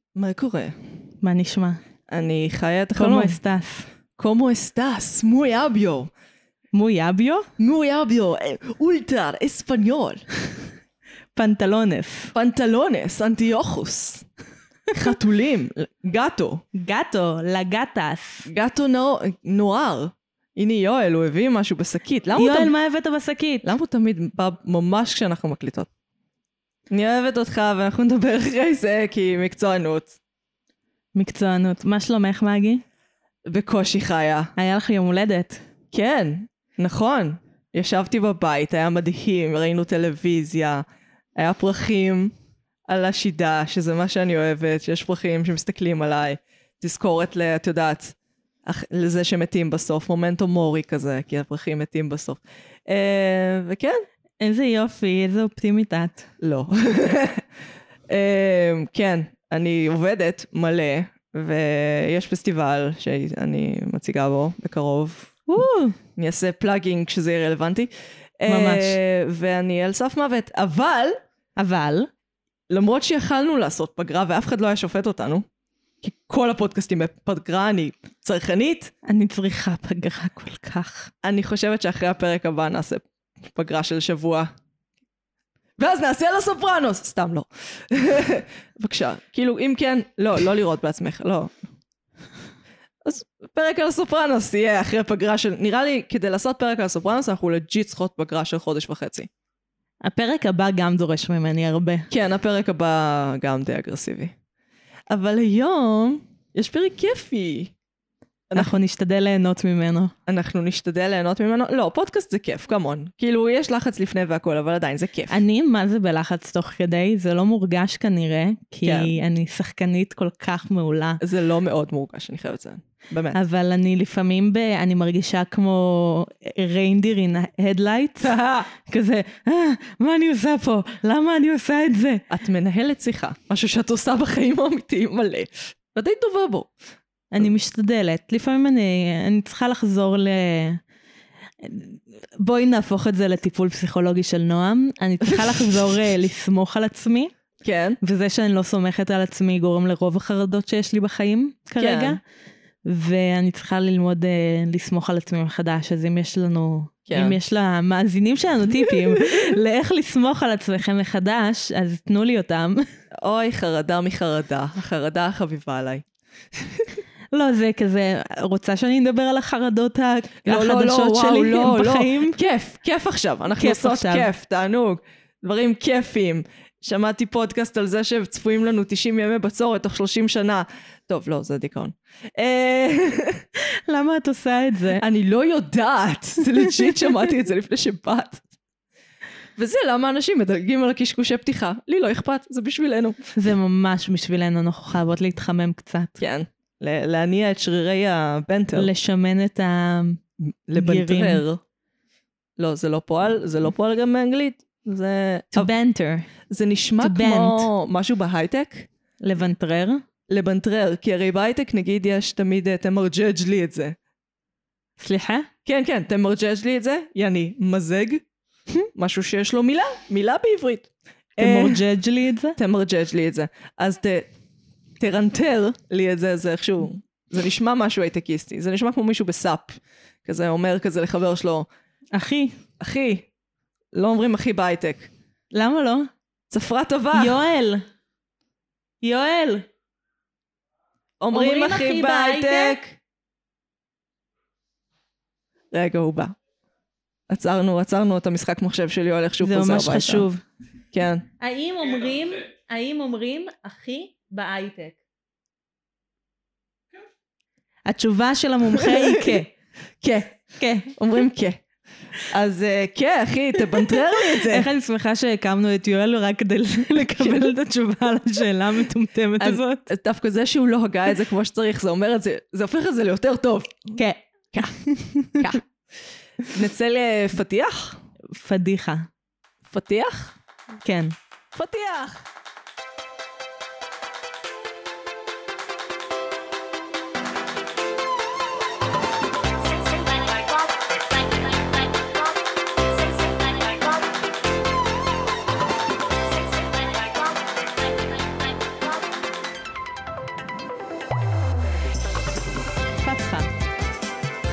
מה קורה? מה נשמע? אני חיה את החלום. ¿Cómo estás? ¿Cómo estás? Muy habio. Muy habio? Muy habio. Ultra español. Pantalones. פנטלונס, אנטיוכוס. חתולים. גאטו. Gato, la gatas. גאטו נוער. הנה יואל, הוא הביא משהו בשקית. יואל, מה הבאת בשקית? למה הוא תמיד בא ממש כשאנחנו מקליטות? אני אוהבת אותך ואנחנו נדבר אחרי זה כי מקצוענות. מקצוענות. מה שלומך, מגי? בקושי חיה. היה לך יום הולדת. כן, נכון. ישבתי בבית, היה מדהים, ראינו טלוויזיה, היה פרחים על השידה, שזה מה שאני אוהבת, שיש פרחים שמסתכלים עליי. תזכורת את יודעת, לזה שמתים בסוף, מומנטו מורי כזה, כי הפרחים מתים בסוף. וכן. איזה יופי, איזה אופטימית את. לא. כן, אני עובדת מלא, ויש פסטיבל שאני מציגה בו בקרוב. אני אעשה פלאגינג כשזה יהיה רלוונטי. ממש. ואני על סף מוות. אבל, למרות שיכלנו לעשות פגרה, ואף אחד לא היה שופט אותנו, כי כל הפודקאסטים בפגרה, אני צרכנית. אני צריכה פגרה כל כך. אני חושבת שאחרי הפרק הבא נעשה פגרה של שבוע. ואז נעשה על הסופרנוס. סתם לא. בבקשה. כאילו, אם כן, לא לראות בעצמך, לא. אז פרק על הסופרנוס יהיה אחרי פגרה של... נראה לי, כדי לעשות פרק על הסופרנוס, אנחנו לג'יט צריכות פגרה של חודש וחצי. הפרק הבא גם דורש ממני הרבה. כן, הפרק הבא גם די אגרסיבי. אבל היום יש פרק כיפי. אנחנו נשתדל ליהנות ממנו. אנחנו נשתדל ליהנות ממנו. לא, פודקאסט זה כיף, כמון. כאילו, יש לחץ לפני והכל, אבל עדיין זה כיף. אני, מה זה בלחץ תוך כדי? זה לא מורגש כנראה, כי כן. אני שחקנית כל כך מעולה. זה לא מאוד מורגש, אני חייבת לציין. באמת. אבל אני לפעמים, אני מרגישה כמו reindeer in headlights, כזה, מה אני עושה פה? למה אני עושה את זה? את מנהלת שיחה, משהו שאת עושה בחיים האמיתיים מלא. ואת די טובה בו. אני משתדלת. לפעמים אני צריכה לחזור בואי נהפוך את זה לטיפול פסיכולוגי של נועם. אני צריכה לחזור לסמוך על עצמי. כן. וזה שאני לא סומכת על עצמי גורם לרוב החרדות שיש לי בחיים כרגע. כן. ואני צריכה ללמוד לסמוך על עצמי מחדש. אז אם יש לנו, כן. אם יש למאזינים שלנו טיפים לאיך לסמוך על עצמכם מחדש, אז תנו לי אותם. אוי, חרדה מחרדה. החרדה החביבה עליי. לא, זה כזה, רוצה שאני אדבר על החרדות החדשות שלי בחיים? כיף עכשיו. אנחנו עושות כיף, תענוג. דברים כיפים. שמעתי פודקאסט על זה שצפויים לנו 90 ימי בצורת תוך 30 שנה. טוב, לא, זה דיכאון. למה את עושה את זה? אני לא יודעת. זה לג'יט, שמעתי את זה לפני שבאת. וזה למה אנשים מדלגים על הקשקושי פתיחה. לי לא אכפת, זה בשבילנו. זה ממש בשבילנו, אנחנו חייבות להתחמם קצת. כן, להניע את שרירי הבנטר. לשמן את הגירים. לבנטרר. לא, זה לא פועל גם באנגלית. זה... To banter. זה נשמע כמו משהו בהייטק. לבנטרר. לבנטרר, כי הרי בהייטק נגיד יש תמיד תמרג'ג' לי את זה. סליחה? כן, תמרג'ג' לי את זה, יעני מזג, משהו שיש לו מילה בעברית. תמרג'ג' לי את זה? תמרג'ג' לי את זה. אז תרנטר לי את זה, זה איכשהו, זה נשמע משהו הייטקיסטי, זה נשמע כמו מישהו בסאפ, כזה אומר כזה לחבר שלו, אחי, לא אומרים אחי בהייטק. למה לא? צפרה טובה. יואל. אומרים אחי בהייטק. רגע, הוא בא. עצרנו את המשחק מחשב של יואל, איך שהוא חוזר הביתה. זה ממש חשוב. כן. האם אומרים אחי בהייטק? התשובה של המומחה היא כן. אומרים כן. אז כן, אחי, תבנטרר לי את זה. איך אני שמחה שהקמנו את יואל רק כדי לקבל את התשובה על השאלה המטומטמת הזאת. דווקא זה שהוא לא הגה את זה כמו שצריך, זה אומר את זה, זה הופך את זה ליותר טוב. כן. נצא לפתיח? פדיחה. פתיח? כן. פתיח!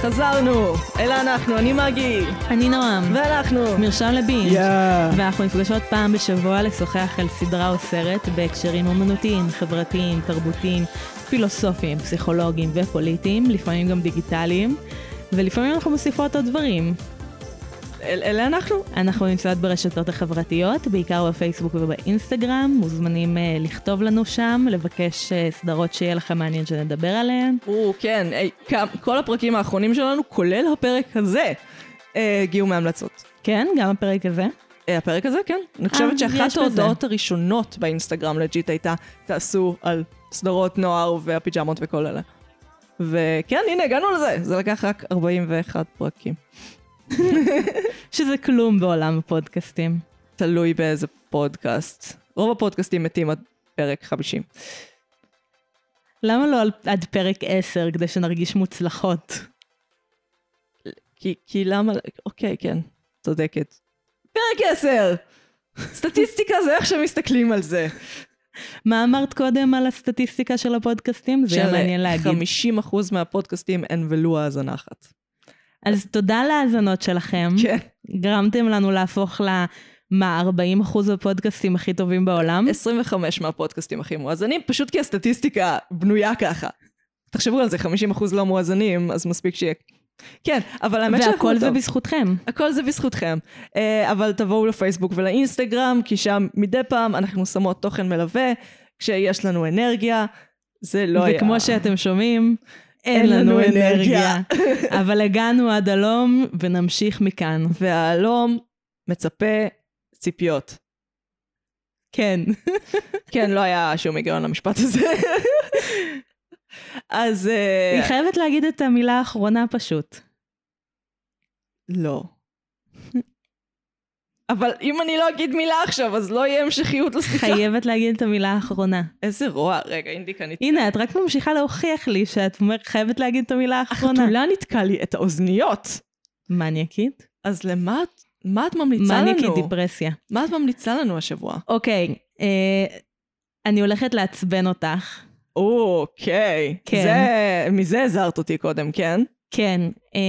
חזרנו! אלה אנחנו, אני מגי. אני נועם. ואנחנו. מרשם לבינג'. יאה. ואנחנו נפגשות פעם בשבוע לשוחח על סדרה או סרט בהקשרים אומנותיים, חברתיים, תרבותיים, פילוסופיים, פסיכולוגיים ופוליטיים, לפעמים גם דיגיטליים, ולפעמים אנחנו מוסיפות עוד דברים. אלה אנחנו? אנחנו נמצאות ברשתות החברתיות, בעיקר בפייסבוק ובאינסטגרם, מוזמנים לכתוב לנו שם, לבקש סדרות שיהיה לכם מעניין שנדבר עליהן. כן, כל הפרקים האחרונים שלנו, כולל הפרק הזה, הגיעו מהמלצות. כן, גם הפרק הזה. הפרק הזה, כן. אני חושבת שאחת ההודעות הראשונות באינסטגרם לג'יט הייתה, תעשו על סדרות נוער והפיג'מות וכל אלה. וכן, הנה, הגענו לזה. זה לקח רק 41 פרקים. שזה כלום בעולם הפודקאסטים. תלוי באיזה פודקאסט. רוב הפודקאסטים מתים עד פרק 50. למה לא עד פרק 10 כדי שנרגיש מוצלחות? כי למה... אוקיי, כן, צודקת. פרק 10! סטטיסטיקה זה איך שמסתכלים על זה. מה אמרת קודם על הסטטיסטיקה של הפודקאסטים? זה יהיה מעניין להגיד. 50% מהפודקאסטים אין ולו האזנה אחת. אז תודה להאזנות שלכם. כן. גרמתם לנו להפוך 40% הפודקאסטים הכי טובים בעולם. 25 מהפודקאסטים הכי מואזנים, פשוט כי הסטטיסטיקה בנויה ככה. תחשבו על זה, 50% לא מואזנים, אז מספיק שיהיה. כן, אבל האמת שאנחנו טוב. והכל זה בזכותכם. הכל זה בזכותכם. אבל תבואו לפייסבוק ולאינסטגרם, כי שם מדי פעם אנחנו שמות תוכן מלווה, כשיש לנו אנרגיה, זה לא היה... וכמו שאתם שומעים, אין לנו אנרגיה. אבל הגענו עד הלום ונמשיך מכאן. וההלום מצפה ציפיות. כן. כן, לא היה שום היגיון למשפט הזה. אז... היא חייבת להגיד את המילה האחרונה פשוט. לא. אבל אם אני לא אגיד מילה עכשיו, אז לא יהיה המשכיות לשיחה. חייבת להגיד את המילה האחרונה. איזה רוע. רגע, אינדיקה נתקע. הנה, את רק ממשיכה להוכיח לי שאת חייבת להגיד את המילה האחרונה. החתולה נתקע לי את האוזניות. מניאקית? אז מה את ממליצה לנו? מניאקית דיפרסיה. מה את ממליצה לנו השבוע? אוקיי, אני הולכת לעצבן אותך. אוקיי. כן. מזה הזהרת אותי קודם, כן? כן.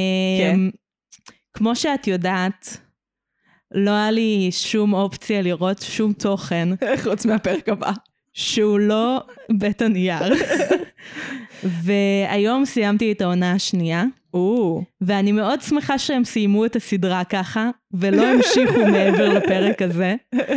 כמו שאת יודעת, לא היה לי שום אופציה לראות שום תוכן. חוץ מהפרק הבא. שהוא לא בית הנייר. והיום סיימתי את העונה השנייה. ואני מאוד שמחה שהם סיימו את הסדרה ככה, ולא המשיכו מעבר לפרק הזה.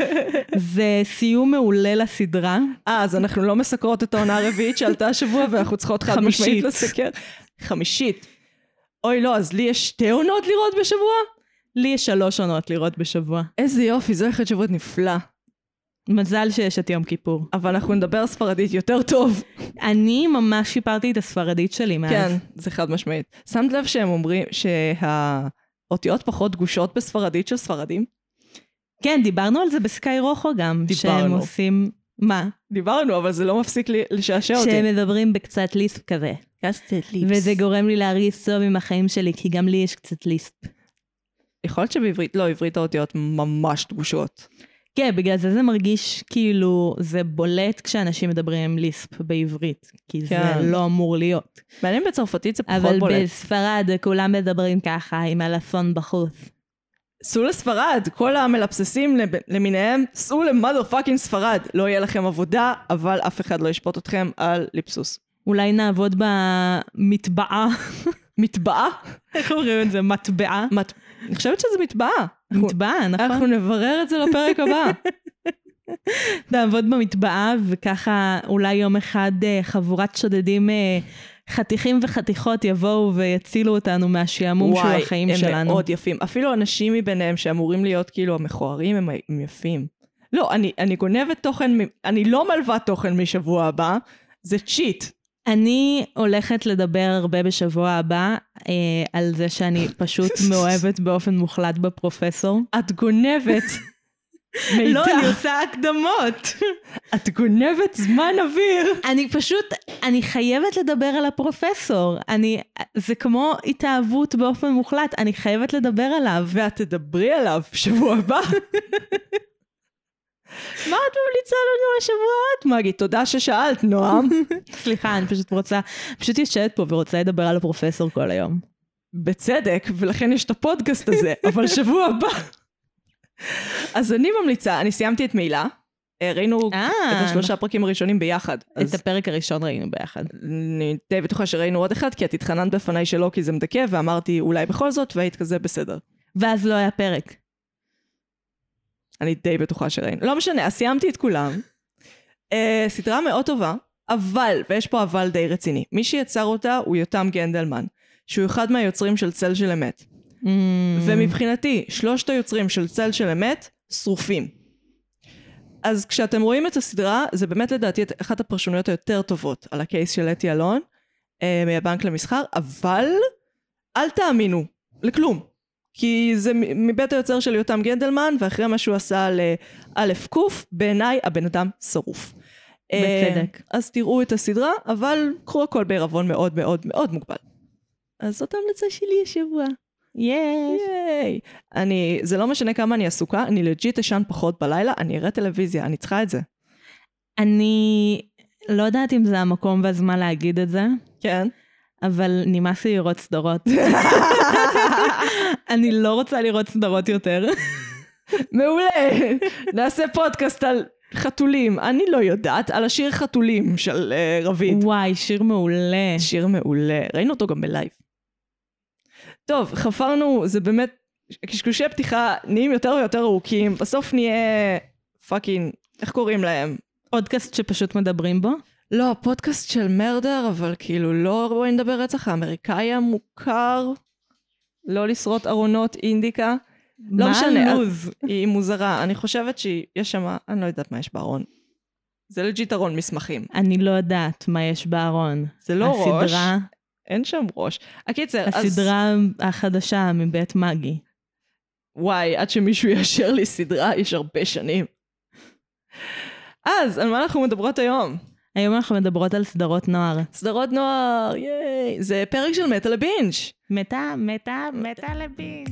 זה סיום מעולה לסדרה. אז אנחנו לא מסקרות את העונה הרביעית שעלתה השבוע, ואנחנו צריכות חד משמעית לסקר. 5. אוי לא, אז לי יש 2 עונות לראות בשבוע? לי יש 3 עונות לראות בשבוע. איזה יופי, זה הולכת שבועות נפלא. מזל שיש את יום כיפור. אבל אנחנו נדבר ספרדית יותר טוב. אני ממש שיפרתי את הספרדית שלי מאז. כן, זה חד משמעית. שמת לב שהם אומרים שהאותיות פחות דגושות בספרדית של ספרדים? כן, דיברנו על זה בסקאי רוחו גם. דיברנו. שהם עושים... מה? דיברנו, אבל זה לא מפסיק לשעשע אותי. שהם מדברים בקצת ליספ כזה. קצת ליספ. וזה גורם לי להרגיש טוב עם החיים שלי, כי גם לי יש קצת ליספ. יכול להיות שבעברית, לא, עברית האותיות ממש דגושות. כן, בגלל זה מרגיש כאילו זה בולט כשאנשים מדברים ליספ בעברית, כי זה לא אמור להיות. מעניין בצרפתית זה פחות בולט. אבל בספרד כולם מדברים ככה, עם אלפון בחוץ. סעו לספרד, כל המלפססים למיניהם, סעו למאדר פאקינג ספרד. לא יהיה לכם עבודה, אבל אף אחד לא ישפוט אתכם על ליפסוס. אולי נעבוד במטבעה. מטבעה? איך אומרים את זה? מטבעה? אני חושבת שזה מטבעה. מטבעה, נכון? אנחנו נברר את זה לפרק הבא. נעבוד במטבעה, וככה אולי יום אחד חבורת שודדים חתיכים וחתיכות יבואו ויצילו אותנו מהשעמום של החיים שלנו. הם מאוד יפים. אפילו אנשים מביניהם שאמורים להיות כאילו המכוערים הם יפים. לא, אני גונבת תוכן, אני לא מלווה תוכן משבוע הבא, זה צ'יט. אני הולכת לדבר הרבה בשבוע הבא על זה שאני פשוט מאוהבת באופן מוחלט בפרופסור. את גונבת מידע. לא, אני עושה הקדמות. את גונבת זמן אוויר. אני חייבת לדבר על הפרופסור. זה כמו התאהבות באופן מוחלט, אני חייבת לדבר עליו. ואת תדברי עליו בשבוע הבא. מה את ממליצה לנו השבועות? מגי, תודה ששאלת, נועם. סליחה, אני פשוט יושבת פה ורוצה לדבר על הפרופסור כל היום. בצדק, ולכן יש את הפודקאסט הזה, אבל שבוע הבא. אז אני ממליצה, אני סיימתי את מילה, ראינו את 3 פרקים הראשונים ביחד. את הפרק הראשון ראינו ביחד. אני די בטוחה שראינו עוד אחד, כי את התחננת בפניי שלא, כי זה מדכא, ואמרתי אולי בכל זאת, והיית כזה בסדר. ואז לא היה פרק. אני די בטוחה שראינו. לא משנה, אז סיימתי את כולם. סדרה מאוד טובה, אבל, ויש פה אבל די רציני, מי שיצר אותה הוא יותם גנדלמן, שהוא אחד מהיוצרים של צל של אמת. ומבחינתי, 3 היוצרים של צל של אמת, שרופים. אז כשאתם רואים את הסדרה, זה באמת לדעתי אחת הפרשנויות היותר טובות על הקייס של אתי אלון, מהבנק למסחר, אבל אל תאמינו לכלום. כי זה מבית היוצר של יותם גנדלמן, ואחרי מה שהוא עשה לאלף קוף, בעיניי הבן אדם שרוף. בצדק. אז תראו את הסדרה, אבל קחו הכל בערבון מאוד מאוד מאוד מוגבל. אז זאת ההמלצה שלי השבוע. ייי. זה לא משנה כמה אני עסוקה, אני לג'יט אשן פחות בלילה, אני אראה טלוויזיה, אני צריכה את זה. אני לא יודעת אם זה המקום והזמן להגיד את זה. כן. אבל נמאס לי לראות סדרות. אני לא רוצה לראות סדרות יותר. מעולה. נעשה פודקאסט על חתולים. אני לא יודעת, על השיר חתולים של רביד. וואי, שיר מעולה. שיר מעולה. ראינו אותו גם בלייב. טוב, חפרנו, זה באמת, קשקושי פתיחה נהיים יותר ויותר ארוכים, בסוף נהיה פאקינג, איך קוראים להם? פודקאסט שפשוט מדברים בו? לא, פודקאסט של מרדר, אבל כאילו לא בואי נדבר רצח, האמריקאי המוכר, לא לשרוט ארונות אינדיקה. לא משנה, היא מוזרה, אני חושבת שיש שם, אני לא יודעת מה יש בארון. זה לג'יט ארון מסמכים. אני לא יודעת מה יש בארון. זה לא ראש. אין שם ראש. הקיצר, הסדרה החדשה מבית מגי. וואי, עד שמישהו יאשר לי סדרה, יש הרבה שנים. אז, על מה אנחנו מדברות היום? היום אנחנו מדברות על סדרות נוער. סדרות נוער, ייי. זה פרק של מטה לבינג'. מטה לבינג'.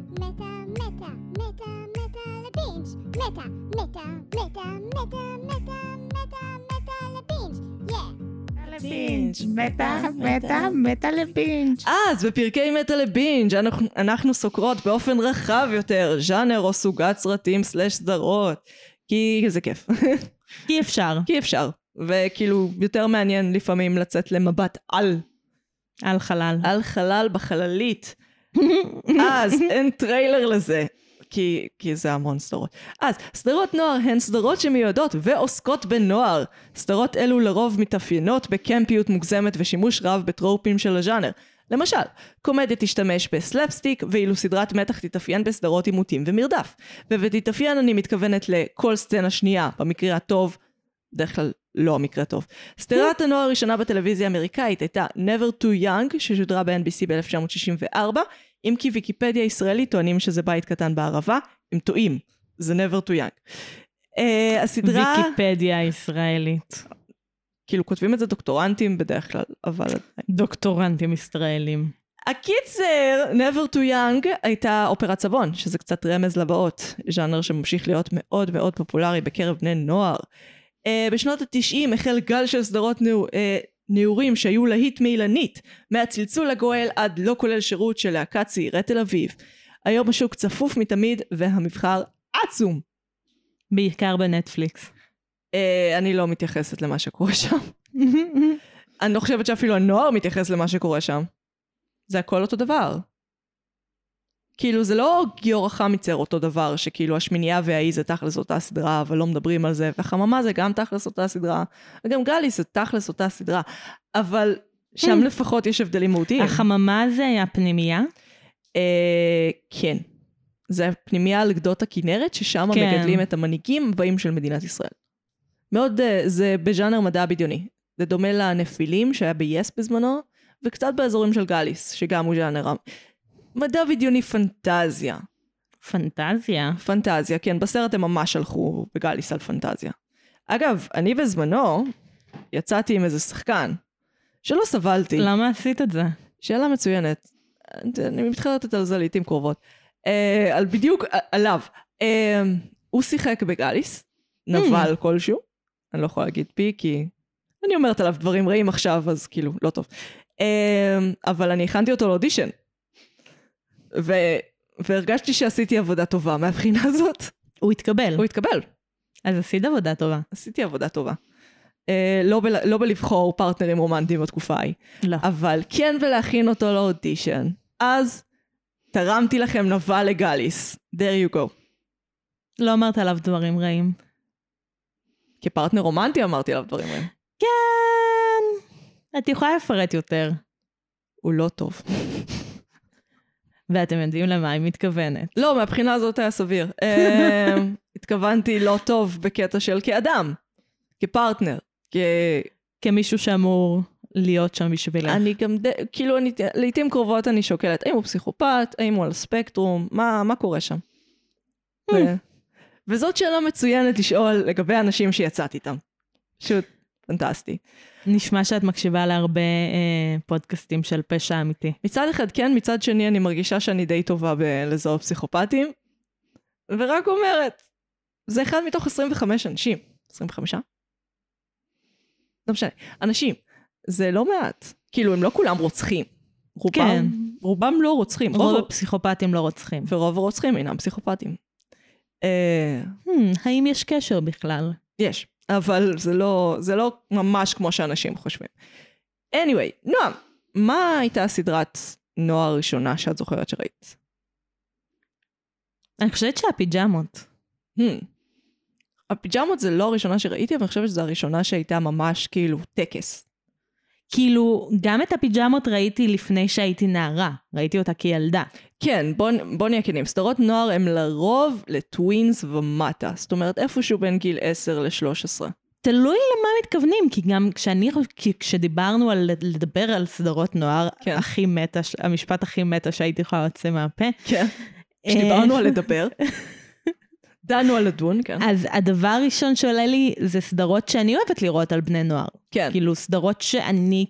מטה לבינג'. אז בפרקי מטה לבינג' אנחנו סוקרות באופן רחב יותר ז'אנר או סוגת סרטים סלש סדרות, כי זה כיף. כי אפשר. וכאילו יותר מעניין לפעמים לצאת למבט על חלל בחללית. אז אין טריילר לזה. כי זה המון סדרות. אז, סדרות נוער הן סדרות שמיועדות ועוסקות בנוער. סדרות אלו לרוב מתאפיינות בקמפיות מוגזמת ושימוש רב בטרופים של הז'אנר. למשל, קומדיה תשתמש בסלאפסטיק, ואילו סדרת מתח תתאפיין בסדרות עימותים ומרדף. ובתתאפיין אני מתכוונת לכל סצנה שנייה, במקרה הטוב, בדרך כלל לא המקרה טוב. סדרת הנוער הראשונה בטלוויזיה האמריקאית הייתה Never Too Young, ששודרה ב-NBC ב-1964, אם כי ויקיפדיה ישראלית טוענים שזה בית קטן בערבה, הם טועים, זה never too young. הסדרה... ויקיפדיה ישראלית. כאילו כותבים את זה דוקטורנטים בדרך כלל, אבל... דוקטורנטים ישראלים. הקיצר, never too young הייתה אופרת סבון, שזה קצת רמז לבאות, ז'אנר שממשיך להיות מאוד מאוד פופולרי בקרב בני נוער. בשנות ה-90 החל גל של סדרות נעורים שהיו להיט מילנית, מהצלצול הגואל עד לא כולל שירות של להקת צעירי תל אביב. היום השוק צפוף מתמיד והמבחר עצום. בעיקר בנטפליקס. אני לא מתייחסת למה שקורה שם. אני לא חושבת שאפילו הנוער מתייחס למה שקורה שם. זה הכל אותו דבר. כאילו זה לא גיורא חמיצר אותו דבר, שכאילו השמינייה והאי זה תכלס אותה סדרה, אבל לא מדברים על זה, והחממה זה גם תכלס אותה סדרה, וגם גלי זה תכלס אותה סדרה, אבל שם לפחות יש הבדלים מהותיים. החממה זה היה פנימייה? כן. זה פנימייה על גדות הכנרת, ששם מגדלים את המנהיגים הבאים של מדינת ישראל. מאוד, זה בז'אנר מדע בדיוני. זה דומה לנפילים שהיה ב-yes בזמנו, וקצת באזורים של גליס, שגם הוא ז'אנר מדע בדיוני פנטזיה. פנטזיה, כן, בסרט הם ממש הלכו בגליס על פנטזיה. אגב, אני בזמנו יצאתי עם איזה שחקן, שלא סבלתי. למה עשית את זה? שאלה מצוינת. אני מתחרטת על זה לעתים קרובות. בדיוק עליו. הוא שיחק בגליס, נבל כלשהו. אני לא יכולה להגיד פי, כי אני אומרת עליו דברים רעים עכשיו, אז כאילו, לא טוב. אבל אני הכנתי אותו לאודישן. והרגשתי שעשיתי עבודה טובה מהבחינה הזאת. הוא התקבל. הוא התקבל. אז עשית עבודה טובה. עשיתי עבודה טובה. לא בלבחור פרטנרים רומנטיים בתקופה ההיא. לא. אבל כן בלהכין אותו לאודישן. אז תרמתי לכם נבל לגליס. There you go. לא אמרת עליו דברים רעים. כפרטנר רומנטי אמרתי עליו דברים רעים. כן. את יכולה לפרט יותר. הוא לא טוב. ואתם יודעים למה היא מתכוונת. לא, מהבחינה הזאת היה סביר. התכוונתי לא טוב בקטע של כאדם. כפרטנר. כמישהו שאמור להיות שם בשבילך. אני גם, כאילו, לעתים קרובות אני שוקלת, האם הוא פסיכופת, האם הוא על ספקטרום, מה קורה שם? וזאת שאלה מצוינת לשאול לגבי אנשים שיצאת איתם. פשוט פנטסטי. נשמע שאת מקשיבה להרבה פודקאסטים של פשע אמיתי. מצד אחד כן, מצד שני אני מרגישה שאני די טובה בלזהות פסיכופטים, ורק אומרת, זה אחד מתוך 25 אנשים. 25? לא משנה. אנשים, זה לא מעט. כאילו, הם לא כולם רוצחים. כן. רובם לא רוצחים. רוב הפסיכופטים לא רוצחים. ורוב הרוצחים אינם פסיכופטים. האם יש קשר בכלל? יש, אבל זה לא ממש כמו שאנשים חושבים. anyway, נועם, מה הייתה הסדרת נוער הראשונה שאת זוכרת שראית? אני חושבת שהפיג'מות. הפיג'מות זה לא הראשונה שראיתי, אבל אני חושבת שזו הראשונה שהייתה ממש כאילו טקס. כאילו, גם את הפיג'מות ראיתי לפני שהייתי נערה. ראיתי אותה כילדה. כן, בוא נהיה כנים. סדרות נוער הם לרוב לטווינס ומטה. זאת אומרת, איפשהו בין גיל 10 ל-13. תלוי למה מתכוונים, כי גם כשדיברנו על לדבר על סדרות נוער, כן. הכי מטה, המשפט הכי מטה שהייתי יכולה לצא מהפה. כן, כשדיברנו על לדבר. דנו על לדון, כן. אז הדבר הראשון שעולה לי זה סדרות שאני אוהבת לראות על בני נוער. כן. כאילו סדרות שאני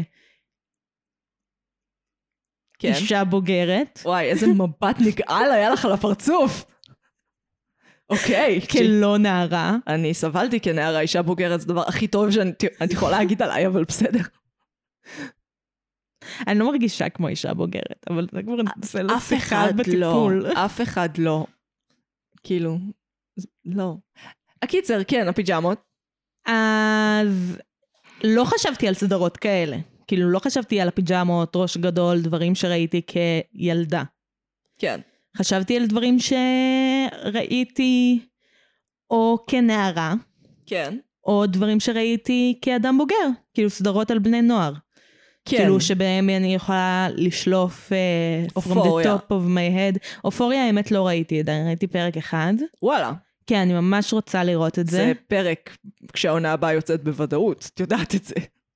אישה בוגרת. וואי, איזה מבט נגעל היה לך על הפרצוף. אוקיי. כלא נערה. אני סבלתי כנערה, אישה בוגרת, זה הדבר הכי טוב שאני יכולה להגיד עליי, אבל בסדר. אני לא מרגישה כמו אישה בוגרת, אבל זה כבר נעשה לו שיחה בטיפול. אף אחד לא. כאילו, לא. הקיצר, כן, הפיג'מות. אז לא חשבתי על סדרות כאלה. כאילו, לא חשבתי על הפיג'מות, ראש גדול, דברים שראיתי כילדה. כן. חשבתי על דברים שראיתי או כנערה. כן. או דברים שראיתי כאדם בוגר. כאילו, סדרות על בני נוער. כן. כאילו, שבהם אני יכולה לשלוף אופוריה. from the top of my head. אופוריה, האמת לא ראיתי, עדיין ראיתי פרק אחד. וואלה. כן, אני ממש רוצה לראות את זה. זה פרק כשהעונה הבאה יוצאת בוודאות, את יודעת את זה.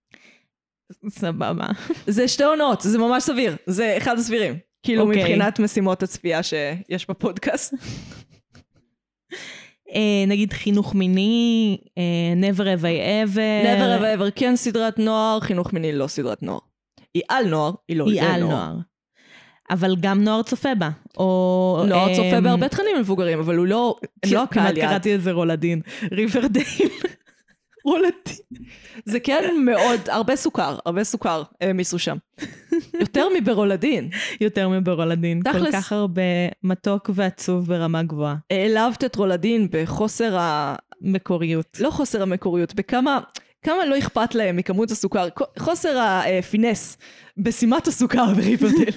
סבבה. זה 2 עונות, זה ממש סביר, זה אחד הסבירים. כאילו אוקיי. מבחינת משימות הצפייה שיש בפודקאסט. נגיד חינוך מיני, never have I ever. never have I ever, כן סדרת נוער, חינוך מיני לא סדרת נוער. היא על נוער, היא לא היא על נוער. אבל גם נוער צופה בה. או נוער צופה בהרבה תכנים מבוגרים, אבל הוא לא, הם לא הקהל יד. קראתי את זה רולדין. ריברדייל. רולדין. זה כן מאוד, הרבה סוכר מיסו שם. יותר מברולדין. יותר מברולדין. תכלס. כל כך הרבה מתוק ועצוב ברמה גבוהה. העלבת את רולדין בחוסר מקוריות. לא חוסר המקוריות, בכמה לא אכפת להם מכמות הסוכר, חוסר הפינס בשימת הסוכר בריברדייל.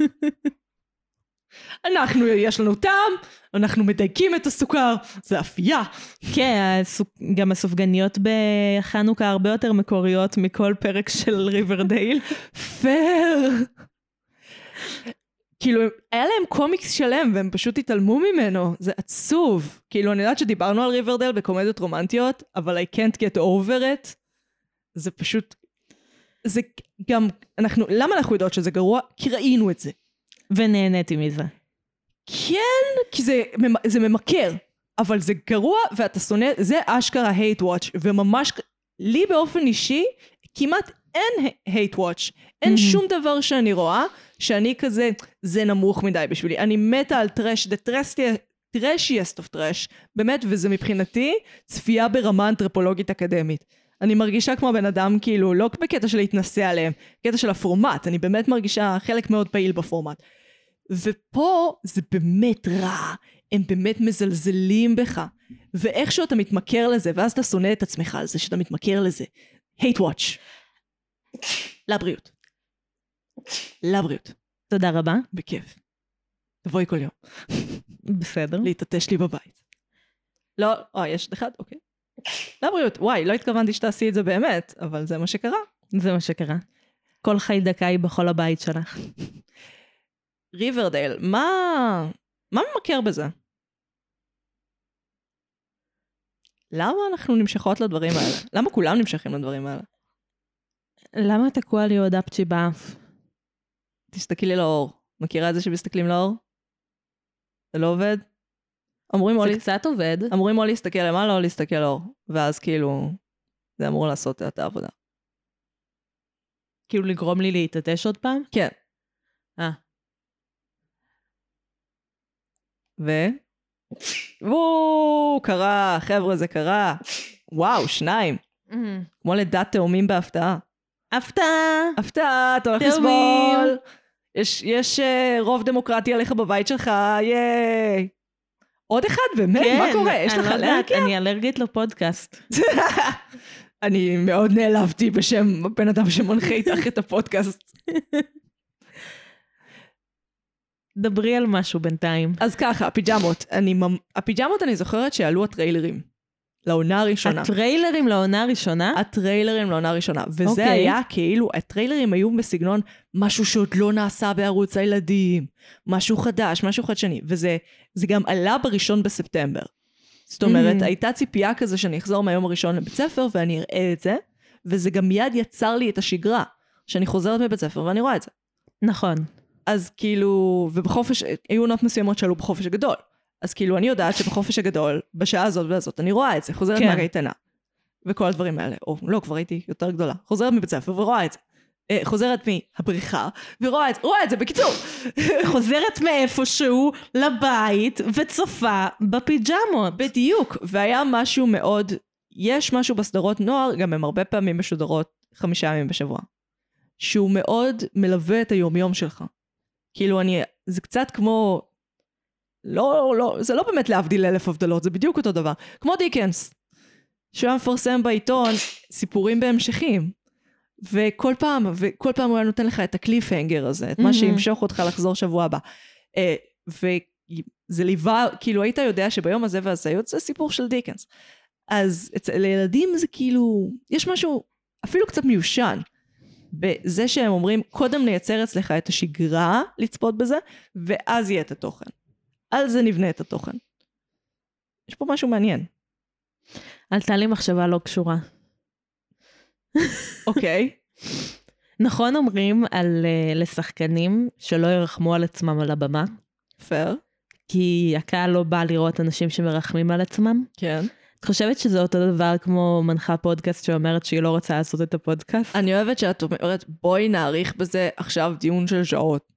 יש לנו טעם, אנחנו מדייקים את הסוכר, זה אפייה. כן, גם הסופגניות בחנוכה הרבה יותר מקוריות מכל פרק של ריברדייל. פייר. כאילו, היה להם קומיקס שלם, והם פשוט התעלמו ממנו. זה עצוב. כאילו, אני יודעת שדיברנו על ריברדייל בקומדיות רומנטיות, אבל I can't get over it. זה פשוט... זה גם... למה אנחנו יודעות שזה גרוע? כי ראינו את זה. ונהניתי מזה. כן, כי זה ממכר, אבל זה גרוע, ואתה שונא... זה אשכרה hate watch, וממש... לי באופן אישי, כמעט אין hate watch. אין שום דבר שאני רואה, שאני כזה, זה נמוך מדי בשבילי. אני מתה על טרש, the trashiest of trash, באמת, וזה מבחינתי צפייה ברמה אנתרופולוגית אקדמית. אני מרגישה כמו בן אדם, כאילו, לא בקטע של להתנסה עליהם, קטע של הפורמט, אני באמת מרגישה חלק מאוד פעיל בפורמט. ופה זה באמת רע, הם באמת מזלזלים בך, ואיכשהו אתה מתמכר לזה, ואז אתה שונא את עצמך על זה שאתה מתמכר לזה. hate watch. לבריאות. לבריאות. תודה רבה. בכיף. תבואי כל יום. בסדר. להתעטש לי בבית. לא, יש אחד? אוקיי. לבריאות. וואי, לא התכוונתי שתעשי את זה באמת, אבל זה מה שקרה. זה מה שקרה. כל חיידקאי בכל הבית שלך. ריברדייל, מה ממכר בזה? למה אנחנו נמשכות לדברים האלה? למה כולם נמשכים לדברים האלה? למה תקוע לי עוד אפצ'י באף? תסתכלי לאור. מכירה את זה שמסתכלים לאור? זה לא עובד? זה קצת עובד. אמורים או להסתכל למעלה או להסתכל לאור. ואז כאילו, זה אמור לעשות את העבודה. כאילו לגרום לי להתעטש עוד פעם? כן. קרה, חבר'ה, זה קרה. וואו, 2. כמו לידת תאומים בהפתעה. הפתעה, אתה הולך לסבול. יש רוב דמוקרטי עליך בבית שלך, ייי. עוד אחד, באמת? מה קורה? יש לך אלרגיה? אני אלרגית לפודקאסט. אני מאוד נעלבתי בשם בן אדם שמנחה איתך את הפודקאסט. דברי על משהו בינתיים. אז ככה, הפיג'מות אני זוכרת שעלו הטריילרים. לעונה הראשונה. הטריילרים לעונה הראשונה? הטריילרים לעונה הראשונה. וזה היה כאילו, הטריילרים היו בסגנון משהו שעוד לא נעשה בערוץ הילדים. משהו חדש, משהו חדשני. וזה גם עלה ב1 בספטמבר. זאת אומרת, הייתה ציפייה כזה שאני אחזור מהיום הראשון לבית ספר ואני אראה את זה. וזה גם מיד יצר לי את השגרה. שאני חוזרת מבית ספר ואני רואה את זה. נכון. אז כאילו, ובחופש, היו עונות מסוימות שעלו בחופש הגדול. אז כאילו, אני יודעת שבחופש הגדול, בשעה הזאת והזאת, אני רואה את זה, חוזרת מהקייטנה. וכל הדברים האלה. או לא, כבר הייתי יותר גדולה. חוזרת מבית ספר ורואה את זה. חוזרת מהבריכה, ורואה את זה, בקיצור. חוזרת מאיפשהו לבית, וצופה בפיג'מות. בדיוק. והיה משהו מאוד, יש משהו בסדרות נוער, גם הם הרבה פעמים משודרות 5 ימים בשבוע. שהוא מאוד מלווה את היומיום שלך. כאילו זה קצת כמו, זה לא באמת להבדיל 1000 הבדלות, זה בדיוק אותו דבר. כמו דיקנס, שהוא היה מפרסם בעיתון סיפורים בהמשכים, וכל פעם הוא היה נותן לך את הקליפהנגר הזה, את מה שימשוך אותך לחזור שבוע הבא. וזה ליווה, כאילו היית יודע שביום הזה והזה יוצא סיפור של דיקנס. אז לילדים זה כאילו, יש משהו אפילו קצת מיושן, בזה שהם אומרים, קודם נייצר אצלך את השגרה לצפות בזה, ואז יהיה את התוכן. על זה נבנה את התוכן. יש פה משהו מעניין. עלתה לי מחשבה לא קשורה. אוקיי. נכון אומרים לשחקנים שלא ירחמו על עצמם על הבמה? פייר. כי הקהל לא בא לראות אנשים שמרחמים על עצמם? כן. את חושבת שזה אותו דבר כמו מנחה פודקאסט שאומרת שהיא לא רוצה לעשות את הפודקאסט? אני אוהבת שאת אומרת, בואי נעריך בזה עכשיו דיון של שעות.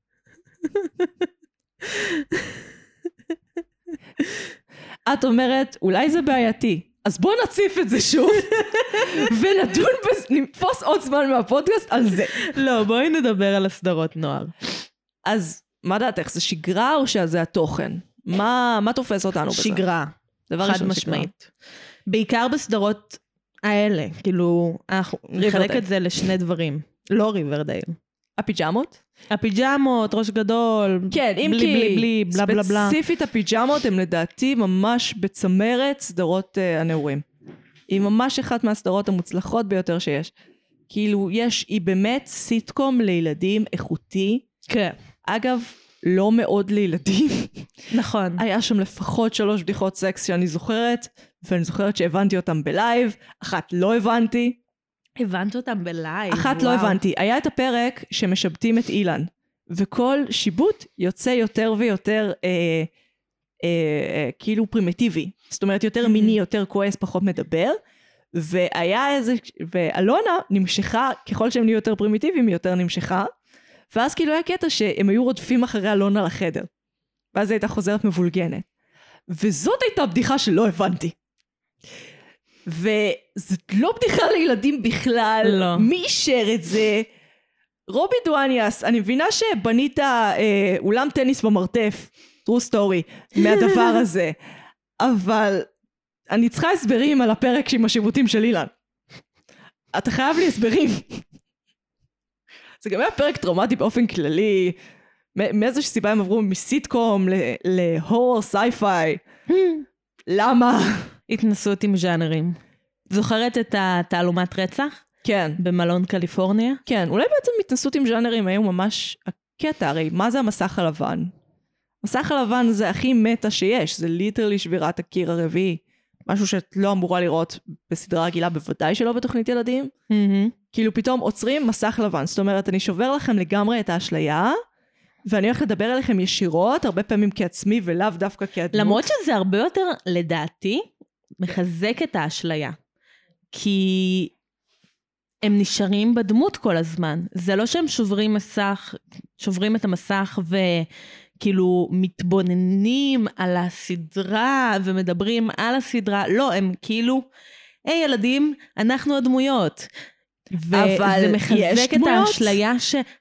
את אומרת, אולי זה בעייתי, אז בוא נציף את זה שוב, ונדון בזה, נתפוס עוד זמן מהפודקאסט על זה. לא, בואי נדבר על הסדרות נוער. אז מה דעתך, זה שגרה או שזה התוכן? מה תופס אותנו בזה? שגרה. חד משמעית. בעיקר בסדרות האלה, כאילו, אנחנו נחלק את זה לשני דברים. לא ריברדייל. הפיג'מות, ראש גדול, כן, אם בלי, בלה בלה בלה. ספציפית הפיג'מות הם לדעתי ממש בצמרת סדרות הנעורים. היא ממש אחת מהסדרות המוצלחות ביותר שיש. כאילו, היא באמת סיטקום לילדים איכותי. כן. אגב, לא מאוד לילדים. נכון. היה שם לפחות 3 בדיחות סקס שאני זוכרת, ואני זוכרת שהבנתי אותם בלייב, אחת לא הבנתי. הבנת אותם בלייב. אחת לא הבנתי. היה את הפרק שמשבטים את אילן, וכל שיבוט יוצא יותר ויותר כאילו פרימיטיבי. זאת אומרת, יותר מיני, יותר כועס, פחות מדבר. ואלונה נמשכה, ככל שהם נהיו יותר פרימיטיביים, היא יותר נמשכה. ואז כאילו היה קטע שהם היו רודפים אחרי אלונה לחדר. ואז היא הייתה חוזרת מבולגנת. וזאת הייתה בדיחה שלא הבנתי. וזאת לא בדיחה לילדים בכלל. לא. מי אישר את זה? רובי דואניאס, אני מבינה שבנית אולם טניס במרתף, true story, מהדבר הזה, אבל אני צריכה הסברים על הפרק עם השיבוטים של אילן. אתה חייב לי הסברים. זה גם היה פרק טראומטי באופן כללי, מאיזושהי סיבה הם עברו מסיטקום להורר סייפיי. למה? התנסות עם ז'אנרים. זוכרת את התעלומת רצח? כן. במלון קליפורניה? כן, אולי בעצם התנסות עם ז'אנרים היו ממש הקטע, הרי מה זה המסך הלבן? המסך הלבן זה הכי מטה שיש, זה ליטרלי שבירת הקיר הרביעי, משהו שאת לא אמורה לראות בסדרה רגילה, בוודאי שלא בתוכנית ילדים. כאילו פתאום עוצרים מסך לבן, זאת אומרת, אני שובר לכם לגמרי את האשליה, ואני הולך לדבר אליכם ישירות, הרבה פעמים כעצמי ולאו דווקא כדמות. למרות שזה הרבה יותר, לדעתי, מחזק את האשליה. כי הם נשארים בדמות כל הזמן. זה לא שהם שוברים את המסך וכאילו מתבוננים על הסדרה ומדברים על הסדרה. לא, הם כאילו, היי ילדים, אנחנו הדמויות. וזה מחזק את האשליה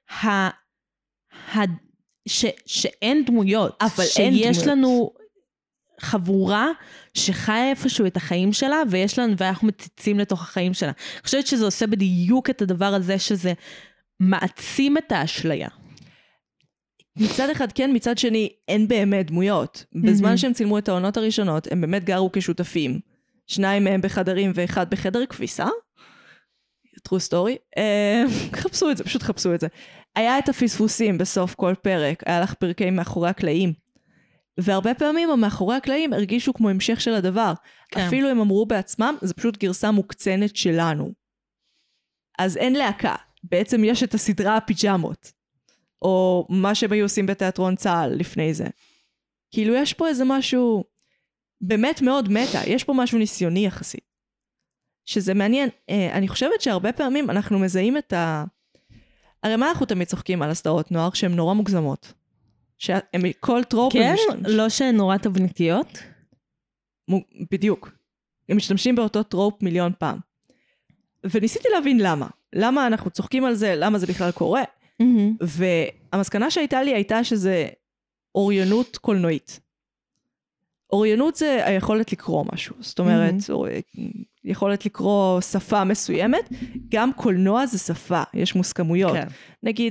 שאין דמויות. אבל אין דמויות. שיש לנו חבורה שחיה איפשהו את החיים שלה, ואנחנו מציצים לתוך החיים שלה. אני חושבת שזה עושה בדיוק את הדבר הזה, שזה מעצים את האשליה. מצד אחד כן, מצד שני אין באמת דמויות. בזמן שהם צילמו את העונות הראשונות, הם באמת גרו כשותפים. 2 מהם בחדרים ו1 בחדר כביסה. true story. חפשו את זה, פשוט חפשו את זה. היה את הפספוסים בסוף כל פרק, היה לך פרקי מאחורי הקלעים. והרבה פעמים המאחורי הקלעים הרגישו כמו המשך של הדבר. כן. אפילו הם אמרו בעצמם, זה פשוט גרסה מוקצנת שלנו. אז אין להקה. בעצם יש את הסדרה הפיג'מות. או מה שהם היו עושים בתיאטרון צהל לפני זה. כאילו יש פה איזה משהו באמת מאוד מטה. יש פה משהו ניסיוני יחסית. שזה מעניין. אני חושבת שהרבה פעמים אנחנו מזהים את הרי מה אנחנו תמיד צוחקים על הסדרות נוער שהן נורא מוגזמות? שהם כל טרופ כן, לא שהן נורא תבניתיות? בדיוק. הם משתמשים באותו טרופ מיליון פעם. וניסיתי להבין למה. למה אנחנו צוחקים על זה, למה זה בכלל קורה. והמסקנה שהייתה לי הייתה שזה אוריינות קולנועית. אוריינות זה היכולת לקרוא משהו. זאת אומרת, יכולת לקרוא שפה מסוימת. גם קולנוע זה שפה, יש מוסכמויות. נגיד,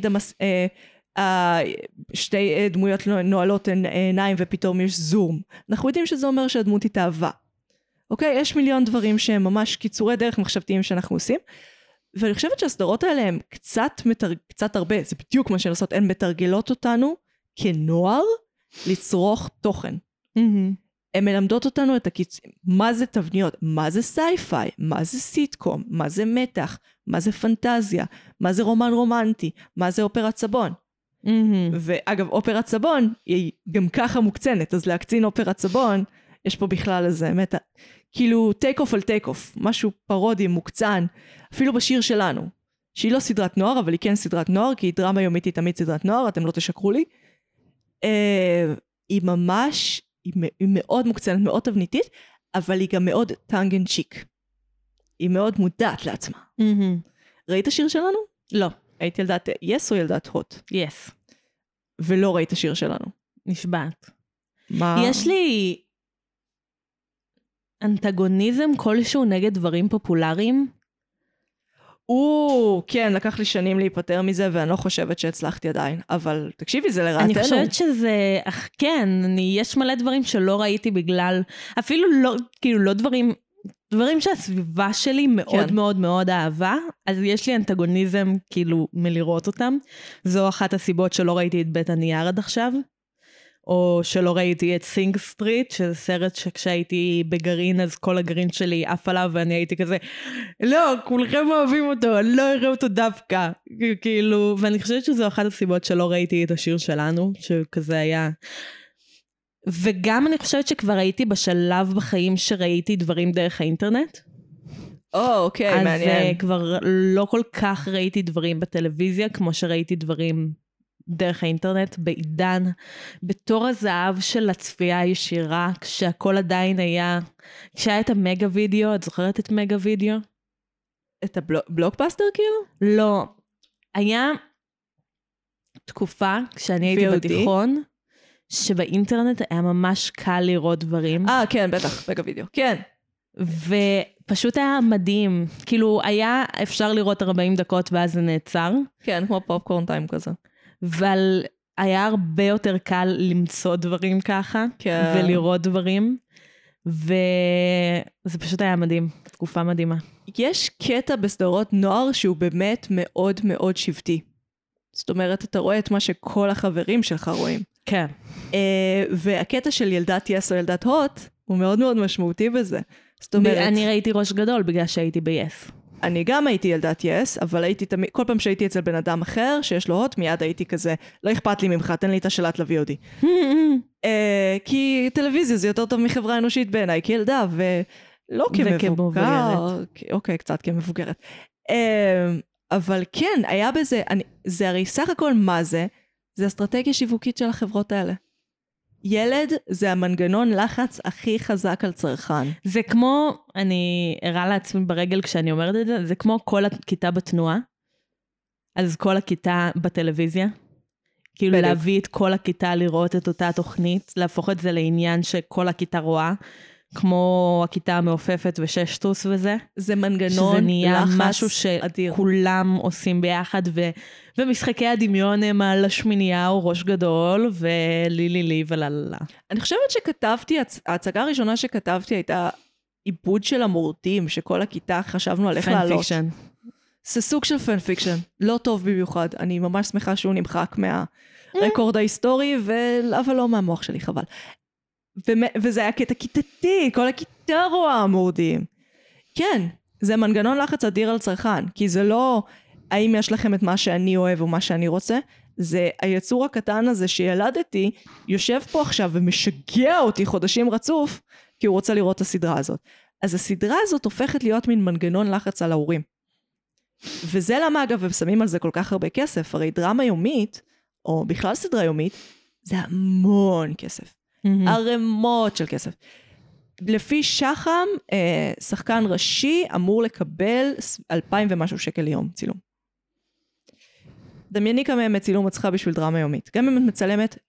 שתי דמויות נועלות עיניים ופתאום יש זום. אנחנו יודעים שזה אומר שהדמות היא תאווה. אוקיי? יש מיליון דברים שהם ממש קיצורי דרך מחשבתיים שאנחנו עושים. ואני חושבת שהסדרות האלה הן קצת הרבה, זה בדיוק מה שהן עושות, הן מתרגלות אותנו כנוער לצרוך תוכן. הן מלמדות אותנו את מה זה תבניות, מה זה סייפיי, מה זה סיטקום, מה זה מתח, מה זה פנטזיה, מה זה רומן רומנטי, מה זה אופרת סבון. ואגב, אופרת סבון היא גם ככה מוקצנת, אז להקצין אופרת סבון, יש פה בכלל איזה מטה, כאילו טייק אוף על טייק אוף, משהו פרודי, מוקצן, אפילו בשיר שלנו, שהיא לא סדרת נוער, אבל היא כן סדרת נוער, כי היא דרמה יומית היא תמיד סדרת נוער, אתם לא תשקרו לי. היא ממש, היא מאוד מוקצנת, מאוד תבניתית, אבל היא גם מאוד טנג אנד צ'יק. היא מאוד מודעת לעצמה. ראית השיר שלנו? לא. היית ילדת יס או ילדת הוט? יס. ולא ראית השיר שלנו? נשבעת. מה? יש לי אנטגוניזם כלשהו נגד דברים פופולריים. כן, לקח לי שנים להיפטר מזה, ואני לא חושבת שהצלחתי עדיין, אבל תקשיבי, זה לרעתנו. אני חושבת שזה, כן, יש מלא דברים שלא ראיתי בגלל, אפילו לא, כאילו לא דברים שהסביבה שלי מאוד מאוד מאוד אהבה, אז יש לי אנטגוניזם כאילו מלראות אותם. זו אחת הסיבות שלא ראיתי את בית הנייר עד עכשיו, או שלא ראיתי את סינג סטריט, שזה סרט שכשהייתי בגרעין, אז כל הגרעין שלי עף עליו, ואני הייתי כזה, לא, כולכם אוהבים אותו, אני לא אראה אותו דווקא. כאילו, ואני חושבת שזו אחת הסיבות שלא ראיתי את השיר שלנו, שכזה היה. וגם אני חושבת שכבר הייתי בשלב בחיים שראיתי דברים דרך האינטרנט. אוקיי, מעניין. אז כבר לא כל כך ראיתי דברים בטלוויזיה, כמו שראיתי דברים דרך האינטרנט, בעידן, בתור הזהב של הצפייה הישירה, כשהכל עדיין היה, כשהיה את המגה וידאו, את זוכרת את מגה וידאו? את הבלוקבאסטר כאילו? לא. היה תקופה, כשאני הייתי VOD? בתיכון, שבאינטרנט היה ממש קל לראות דברים. כן, בטח, רגע וידאו. כן. ופשוט היה מדהים. כאילו, היה אפשר לראות 40 דקות ואז זה נעצר. כן, כמו פופקורן טיים כזה. אבל היה הרבה יותר קל למצוא דברים ככה, כן. ולראות דברים. וזה פשוט היה מדהים. תקופה מדהימה. יש קטע בסדרות נוער שהוא באמת מאוד מאוד שבטי. זאת אומרת, אתה רואה את מה שכל החברים שלך רואים. כן. והקטע של ילדת יס או ילדת הוט, הוא מאוד מאוד משמעותי בזה. זאת אומרת... אני ראיתי ראש גדול בגלל שהייתי ביס. אני גם הייתי ילדת יס, אבל הייתי תמיד, כל פעם שהייתי אצל בן אדם אחר, שיש לו הוט, מיד הייתי כזה, לא אכפת לי ממך, תן לי את השלט ל-VOD. כי טלוויזיה זה יותר טוב מחברה אנושית בעיניי, כילדה, ולא כמבוגר. אוקיי, קצת כמבוגרת. אבל כן, היה בזה, זה הרי סך הכל מה זה? זה אסטרטגיה שיווקית של החברות האלה. ילד זה המנגנון לחץ הכי חזק על צרכן. זה כמו, אני אראה לעצמי ברגל כשאני אומרת את זה, זה כמו כל הכיתה בתנועה, אז כל הכיתה בטלוויזיה, כאילו בדיוק. להביא את כל הכיתה לראות את אותה תוכנית, להפוך את זה לעניין שכל הכיתה רואה, כמו הכיתה המעופפת וששטוס וזה. זה מנגנון שזה נהיה לחץ משהו אדיר. שכולם עושים ביחד, ומשחקי הדמיון הם על השמינייה או ראש גדול, ולילילי וללה. אני חושבת שכתבתי, ההצגה הראשונה שכתבתי הייתה עיבוד של המורדים, שכל הכיתה חשבנו על איך לעלות. פן-פיקשן. זה סוג של פן-פיקשן, לא טוב במיוחד. אני ממש שמחה שהוא נמחק מהרקורד ההיסטורי, אבל לא מהמוח שלי, חבל. וזה היה קטע כיתתי, כל הכיתה רואה המורדים. כן, זה מנגנון לחץ אדיר על צרכן, כי זה לא האם יש לכם את מה שאני אוהב או מה שאני רוצה, זה היצור הקטן הזה שילדתי, יושב פה עכשיו ומשגע אותי חודשים רצוף, כי הוא רוצה לראות את הסדרה הזאת. אז הסדרה הזאת הופכת להיות מין מנגנון לחץ על ההורים. וזה למה אגב, הם שמים על זה כל כך הרבה כסף, הרי דרמה יומית, או בכלל סדרה יומית, זה המון כסף. ערמות של כסף. לפי שחם, שחקן ראשי אמור לקבל 2,000 ומשהו שקל ליום צילום. דמייני כמה ימי צילום את צריכה בשביל דרמה יומית. גם אם את מצלמת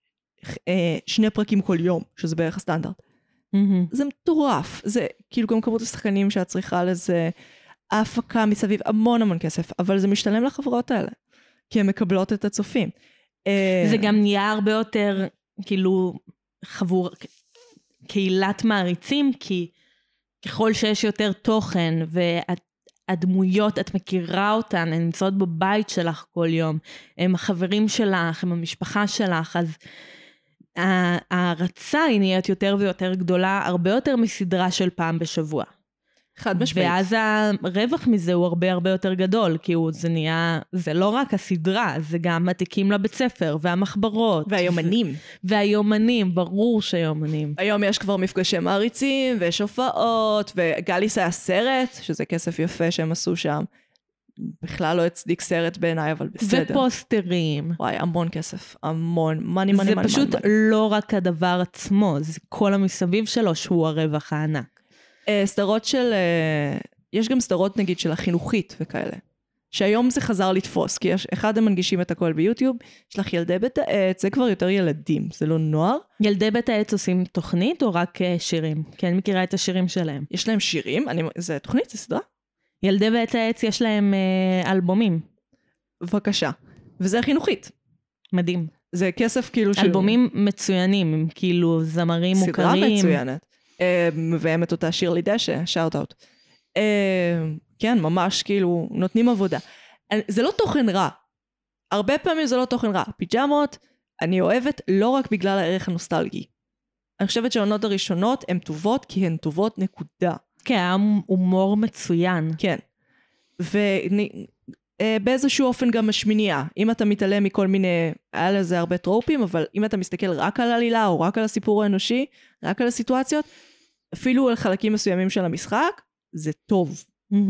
2 פרקים כל יום, שזה בערך הסטנדרט. זה מטורף. זה כאילו גם כמות השחקנים שאת צריכה לזה, ההפקה מסביב, המון המון כסף, אבל זה משתלם לחברות האלה, כי הן מקבלות את הצופים. זה גם נהיה הרבה יותר, כאילו, קהילת מעריצים, כי ככל שיש יותר תוכן, והדמויות, את מכירה אותן, הן נמצאות בבית שלך כל יום, הם החברים שלך, הם המשפחה שלך, אז ההרצה היא נהיית יותר ויותר גדולה, הרבה יותר מסדרה של פעם בשבוע. חד משמעית. ואז הרווח מזה הוא הרבה הרבה יותר גדול, כי זה נהיה, זה לא רק הסדרה, זה גם מתיקים לבית ספר, והמחברות. והיומנים. והיומנים, ברור שיומנים. היום יש כבר מפגשי מעריצים, ויש הופעות, וגליס היה סרט, שזה כסף יפה שהם עשו שם. בכלל לא הצדיק סרט בעיניי, אבל בסדר. ופוסטרים. וואי, המון כסף, המון. זה פשוט לא רק הדבר עצמו, זה כל המסביב שלו שהוא הרווח הענק. סדרות של, יש גם סדרות נגיד של החינוכית וכאלה, שהיום זה חזר לתפוס, כי אחד הם מנגישים את הכל ביוטיוב, יש לך ילדי בית העץ, זה כבר יותר ילדים, זה לא נוער. ילדי בית העץ עושים תוכנית או רק שירים? כי אני מכירה את השירים שלהם. יש להם שירים? זה תוכנית, זה סדרה? ילדי בית העץ יש להם אלבומים. בבקשה. וזה החינוכית. מדהים. זה כסף כאילו אלבומים מצוינים, הם כאילו זמרים מוכרים. סדרה מצוינת. מביימת אותה שירלי דשא, שאוט אאוט. כן, ממש כאילו נותנים עבודה. זה לא תוכן רע. הרבה פעמים זה לא תוכן רע. פיג'מות, אני אוהבת לא רק בגלל הערך הנוסטלגי. אני חושבת שהעונות הראשונות הן טובות, כי הן טובות נקודה. כן, היה הומור מצוין. כן. ובאיזשהו אופן גם השמינייה. אם אתה מתעלם מכל מיני, היה לזה הרבה טרופים, אבל אם אתה מסתכל רק על העלילה, או רק על הסיפור האנושי, רק על הסיטואציות, אפילו על חלקים מסוימים של המשחק, זה טוב.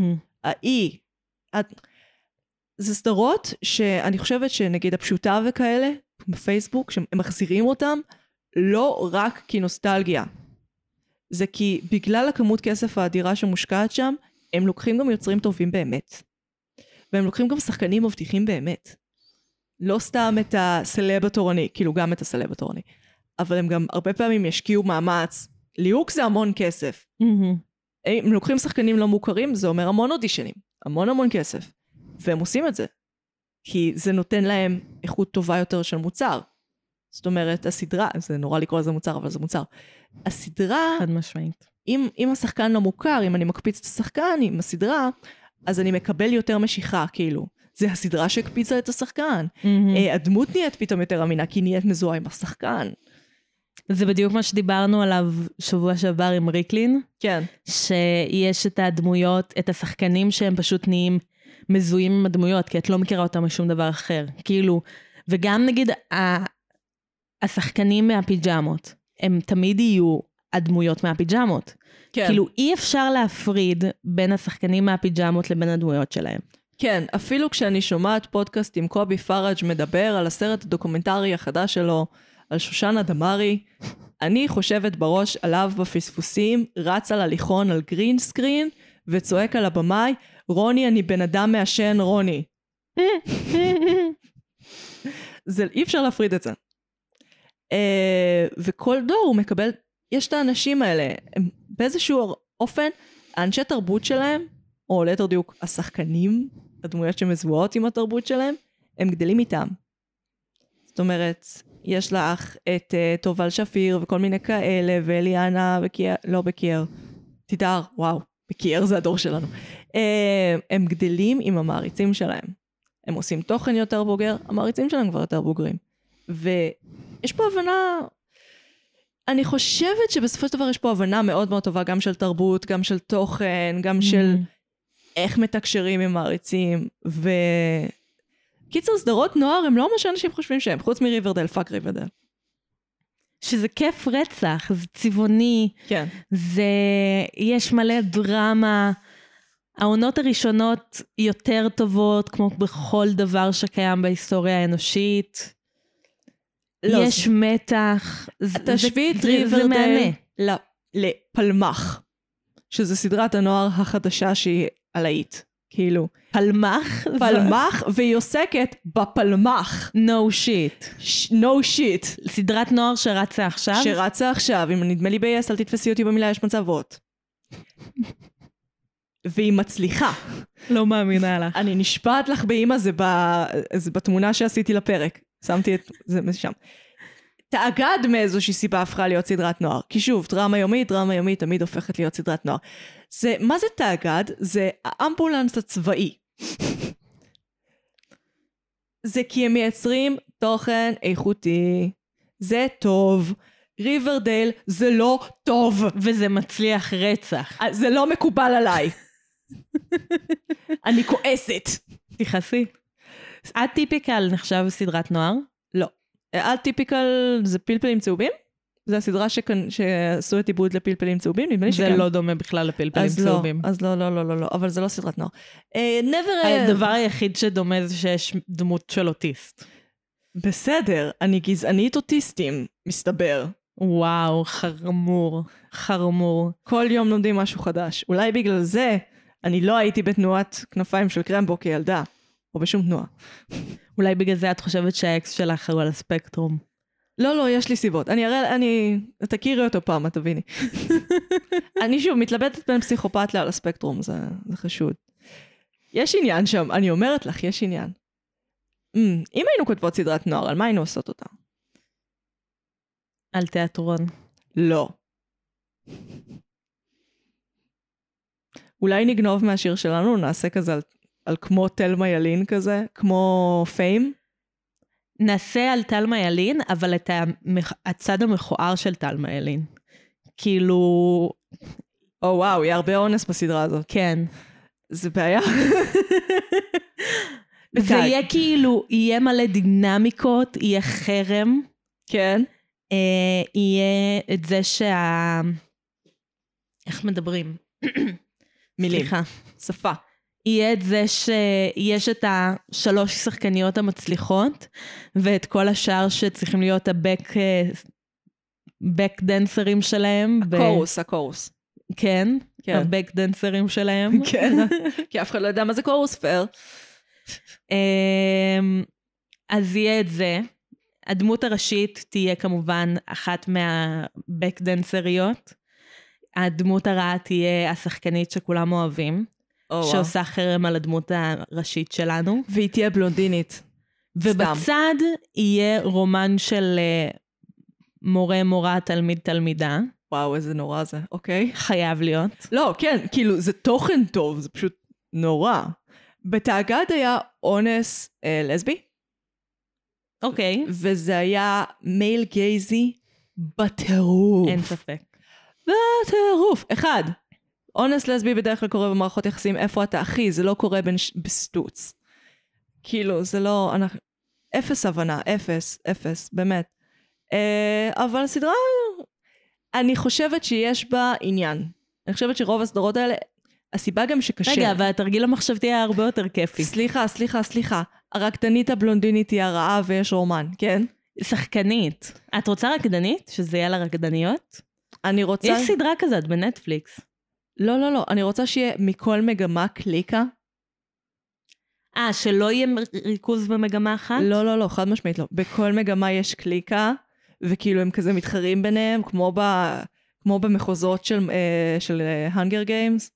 זה סדרות שאני חושבת שנגיד הפשוטה וכאלה, בפייסבוק, שהם מחזירים אותם, לא רק כנוסטלגיה. זה כי בגלל הכמות כסף האדירה שמושקעת שם, הם לוקחים גם יוצרים טובים באמת. והם לוקחים גם שחקנים מבטיחים באמת. לא סתם את הסלב התורני, כאילו גם את הסלב התורני, אבל הם גם הרבה פעמים ישקיעו מאמץ, ליהוק זה המון כסף. הם לוקחים שחקנים לא מוכרים, זה אומר המון אודישנים, המון כסף, והם עושים את זה, כי זה נותן להם איכות טובה יותר של מוצר. זאת אומרת, הסדרה, זה נורא לקרוא לזה מוצר, אבל זה מוצר. הסדרה, חד משמעית. אם השחקן לא מוכר, אם אני מקפיץ את השחקן עם הסדרה, אז אני מקבל יותר משיכה, כאילו. זה הסדרה שהקפיצה את השחקן. הדמות נהיית פתאום יותר אמינה, כי נהיית מזוהה עם השחקן. זה בדיוק מה שדיברנו עליו שבוע שעבר עם ריקלין. כן. שיש את הדמויות, את השחקנים שהם פשוט נהיים מזוהים עם הדמויות, כי את לא מכירה אותם משום דבר אחר. כאילו, וגם נגיד, השחקנים מהפיג'מות, הם תמיד יהיו הדמויות מהפיג'מות. כן. כאילו, אי אפשר להפריד בין השחקנים מהפיג'מות לבין הדמויות שלהם. כן, אפילו כשאני שומעת פודקאסט עם קובי פראג' מדבר על הסרט הדוקומנטרי החדש שלו, על שושנה דמארי, אני חושבת בראש עליו בפספוסים, רץ על הליכון על גרין סקרין, וצועק על הבמאי, רוני, אני בן אדם מעשן, רוני. זה, אי אפשר להפריד את זה. וכל דור הוא מקבל, יש את האנשים האלה, הם באיזשהו אופן, האנשי תרבות שלהם, או ליתר דיוק, השחקנים, הדמויות שמזוהות עם התרבות שלהם, הם גדלים איתם. זאת אומרת, יש לך את תובל שפיר וכל מיני כאלה, ואליאנה וקייר, לא בקייר, תידר, וואו, בקייר זה הדור שלנו. הם גדלים עם המעריצים שלהם. הם עושים תוכן יותר בוגר, המעריצים שלהם כבר יותר בוגרים. ויש פה הבנה, אני חושבת שבסופו של דבר יש פה הבנה מאוד מאוד טובה, גם של תרבות, גם של תוכן, גם של איך מתקשרים עם מעריצים, קיצר, סדרות נוער הם לא מה שאנשים חושבים שהם, חוץ מריברדל, פאק ריברדל. שזה כיף רצח, זה צבעוני, כן. יש מלא דרמה, העונות הראשונות יותר טובות, כמו בכל דבר שקיים בהיסטוריה האנושית, לא, יש מתח, תשווי את ריברדל לפלמח, שזה סדרת הנוער החדשה שהיא עלאית. כאילו, פלמח? פלמח, והיא עוסקת בפלמח. No shit. No shit. סדרת נוער שרצה עכשיו? שרצה עכשיו, אם נדמה לי ב-yes, אל תתפסי אותי במילה, יש מצבות. והיא מצליחה. לא מאמינה לך. אני נשפעת לך באמא, זה בתמונה שעשיתי לפרק. שמתי את זה משם. תאגד מאיזושהי סיבה הפכה להיות סדרת נוער. כי שוב, דרמה יומית תמיד הופכת להיות סדרת נוער. מה זה תאגד? זה האמבולנס הצבאי. זה כי הם מייצרים תוכן איכותי. זה טוב. ריברדייל זה לא טוב. וזה מצליח רצח. זה לא מקובל עליי. אני כועסת. תכעסי. אטיפיקל נחשב סדרת נוער? לא. אטיפיקל זה פלפלים צהובים? זה הסדרה שעשו את עיבוד לפלפלים צהובים? נדמה לי שכן. זה לא דומה בכלל לפלפלים צהובים. אז לא, אבל זה לא סדרת נוער. הדבר היחיד שדומה זה שיש דמות של אוטיסט. בסדר, אני גזענית אוטיסטים, מסתבר. וואו, חרמור. כל יום לומדים משהו חדש. אולי בגלל זה אני לא הייתי בתנועת כנפיים של קרמבו כילדה, או בשום תנועה. אולי בגלל זה את חושבת שהאקס שלך הוא על הספקטרום. לא, יש לי סיבות. תכירי אותו פעם, את תביני. אני שוב מתלבטת בין פסיכופת על הספקטרום, זה חשוד. יש עניין שם, אני אומרת לך, יש עניין. אם היינו כותבות סדרת נוער, על מה היינו עושות אותה? על תיאטרון. לא. אולי נגנוב מהשיר שלנו, נעשה כזה על כמו תלמה ילין כזה, כמו פיים. נעשה על תלמה ילין, אבל את הצד המכוער של תלמה ילין. כאילו... וואו, יהיה הרבה אונס בסדרה הזאת. כן. זה בעיה. זה יהיה כאילו, יהיה מלא דינמיקות, יהיה חרם. כן. יהיה את זה איך מדברים? מילים. סליחה. שפה. יהיה את זה שיש את השלוש שחקניות המצליחות, ואת כל השאר שצריכים להיות הבק דנסרים שלהם. הקורוס. כן, הבק דנסרים שלהם. כן, כי אף אחד לא יודע מה זה קורוס פייר. אז יהיה את זה. הדמות הראשית תהיה כמובן אחת מהבקדנסריות. הדמות הרעה תהיה השחקנית שכולם אוהבים, שעושה חרם על הדמות הראשית שלנו. והיא תהיה בלונדינית. ובצד יהיה רומן של מורה, מורה, תלמיד, תלמידה. וואו, איזה נורא זה, אוקיי. חייב להיות. לא, כן, כאילו, זה תוכן טוב, זה פשוט נורא. בתאגד היה אונס לסבי. אוקיי. וזה היה מייל גייזי בטירוף. אין ספק. בטירוף. אחד, אונס לסבי בדרך כלל קורה במערכות יחסים, איפה אתה אחי? זה לא קורה בסטוץ. כאילו, זה לא, אפס הבנה, אפס, באמת. אבל הסדרה, אני חושבת שיש בה עניין. אני חושבת שרוב הסדרות האלה, הסיבה גם שקשה. רגע, אבל התרגיל המחשבתי היה הרבה יותר כיפי. סליחה. הרקדנית הבלונדינית היא הרעה ויש רומן, כן? שחקנית. את רוצה רקדנית? שזה יהיה לרקדניות? אני רוצה... יש סדרה כזאת בנטפליקס. לא. אני רוצה שיהיה מכל מגמה קליקה. שלא יהיה ריכוז במגמה אחת? לא, חד משמעית לא. בכל מגמה יש קליקה, וכאילו הם כזה מתחרים ביניהם, כמו במחוזות של Hunger Games.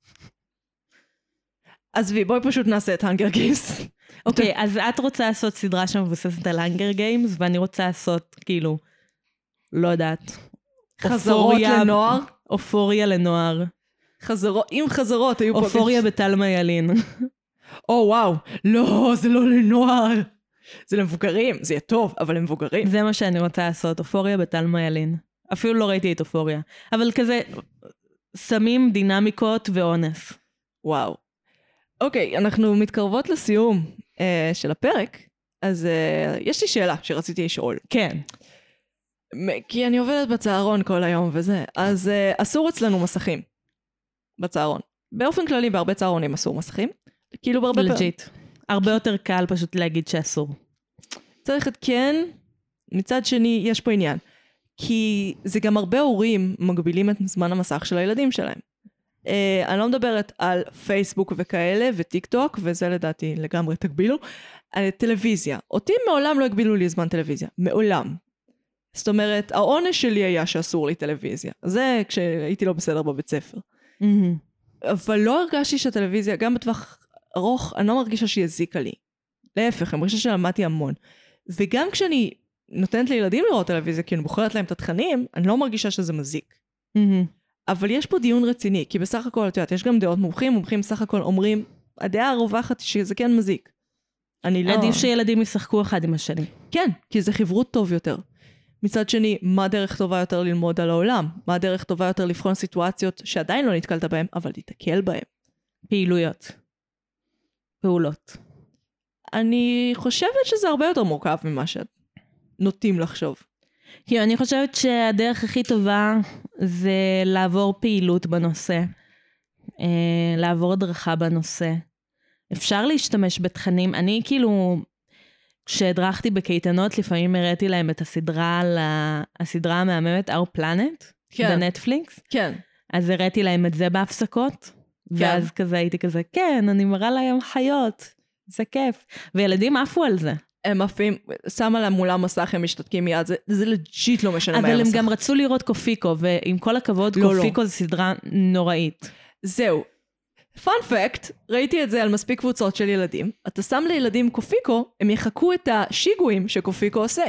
אז בואי פשוט נעשה את Hunger Games. אוקיי, אז את רוצה לעשות סדרה שמבוססת על Hunger Games, ואני רוצה לעשות כאילו, לא יודעת. חזרות לנוער? אופוריה לנוער. עם חזרות היו פה... אופוריה בתלמה ילין. וואו, לא, זה לא לנוער. זה למבוגרים, זה יהיה טוב, אבל למבוגרים. זה מה שאני רוצה לעשות, אופוריה בתלמה ילין. אפילו לא ראיתי את אופוריה. אבל כזה, שמים דינמיקות ואונס. וואו. אוקיי, אנחנו מתקרבות לסיום של הפרק, אז יש לי שאלה שרציתי לשאול. כן. כי אני עובדת בצהרון כל היום וזה, אז אסור אצלנו מסכים בצהרון. באופן כללי, בהרבה צהרונים אסור מסכים. כאילו בהרבה פעמים. לג'יט. הרבה יותר קל פשוט להגיד שאסור. צריך את כן, מצד שני יש פה עניין. כי זה גם הרבה הורים מגבילים את זמן המסך של הילדים שלהם. אני לא מדברת על פייסבוק וכאלה, וטיק טוק, וזה לדעתי לגמרי תגבילו, על טלוויזיה. אותי מעולם לא הגבילו לי זמן טלוויזיה. מעולם. זאת אומרת, העונש שלי היה שאסור לי טלוויזיה. זה כשהייתי לא בסדר בבית ספר. אבל לא הרגשתי שהטלוויזיה, גם בטווח ארוך, אני לא מרגישה שהיא הזיקה לי. להפך, אני מרגישה שלמדתי המון. וגם כשאני נותנת לילדים לראות טלוויזיה, כי אני בוחרת להם את התכנים, אני לא מרגישה שזה מזיק. אבל יש פה דיון רציני, כי בסך הכל, את יודעת, יש גם דעות מומחים בסך הכל אומרים, הדעה הרווחת שזה כן מזיק. אני לא... עדיף שילדים ישחקו אחד עם השני. כן, כי זה חברות טוב יותר. מצד שני, מה הדרך טובה יותר ללמוד על העולם? מה הדרך טובה יותר לבחון סיטואציות שעדיין לא נתקלת בהן, אבל תתקל בהן? פעולות. אני חושבת שזה הרבה יותר מורכב ממה שאת נוטים לחשוב. כי אני חושבת שהדרך הכי טובה זה לעבור פעילות בנושא, לעבור הדרכה בנושא. אפשר להשתמש בתכנים, אני כאילו, כשהדרכתי בקייטנות, לפעמים הראיתי להם את הסדרה המהממת, Our Planet, בנטפליקס. כן. אז הראיתי להם את זה בהפסקות, ואז כזה הייתי כזה, כן, אני מראה להם חיות, זה כיף. וילדים עפו על זה. הם עפים, שמה להם מולם מסך, הם משתתקים מיד, זה לג'יט לא משנה מה אבל המסך. הם גם רצו לראות קופיקו, ועם כל הכבוד, קופיקו זה סדרה נוראית. זהו. פאנ פקט, ראיתי את זה על מספיק קבוצות של ילדים, אתה שם לילדים קופיקו, הם יחכו את השיגועים שקופיקו עושה.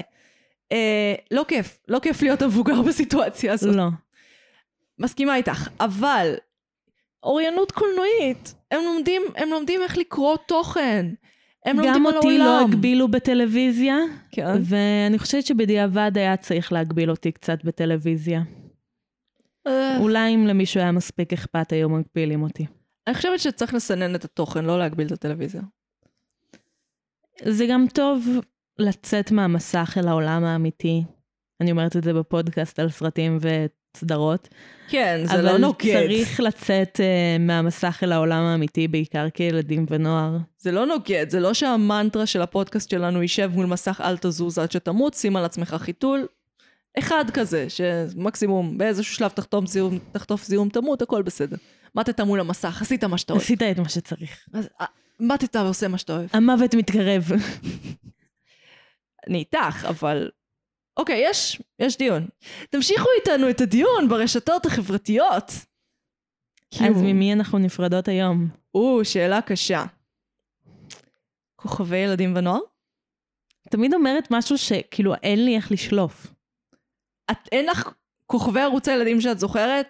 לא כיף להיות המבוגר בסיטואציה הזאת. לא. מסכימה איתך, אבל אוריינות קולנועית, הם לומדים איך לקרוא תוכן. גם אותי לא הגבילו בטלוויזיה, כן. ואני חושבת שבדיעבד היה צריך להגביל אותי קצת בטלוויזיה. אולי אם למישהו היה מספיק אכפת, היום מגבילים אותי. אני חושבת שצריך לסנן את התוכן, לא להגביל את הטלוויזיה. זה גם טוב לצאת מהמסך אל העולם האמיתי. אני אומרת את זה בפודקאסט על סרטים וסדרות. כן, זה לא נוגד. אבל צריך לצאת מהמסך אל העולם האמיתי, בעיקר כילדים ונוער. זה לא נוגד, זה לא שהמנטרה של הפודקאסט שלנו יישב מול מסך אל תזוז עד שתמות, שים על עצמך חיתול. אחד כזה, שמקסימום באיזשהו שלב תחטוף זיהום תמות, הכל בסדר. מתת מול המסך, עשית מה שאתה אוהב. עשית את מה שצריך. מתת ועושה מה שאתה אוהב. המוות מתקרב. אני איתך, אבל... אוקיי, יש דיון. תמשיכו איתנו את הדיון ברשתות החברתיות. אז ממי אנחנו נפרדות היום? שאלה קשה. כוכבי ילדים ונוער? תמיד אומרת משהו שכאילו אין לי איך לשלוף. אין לך כוכבי ערוץ הילדים שאת זוכרת?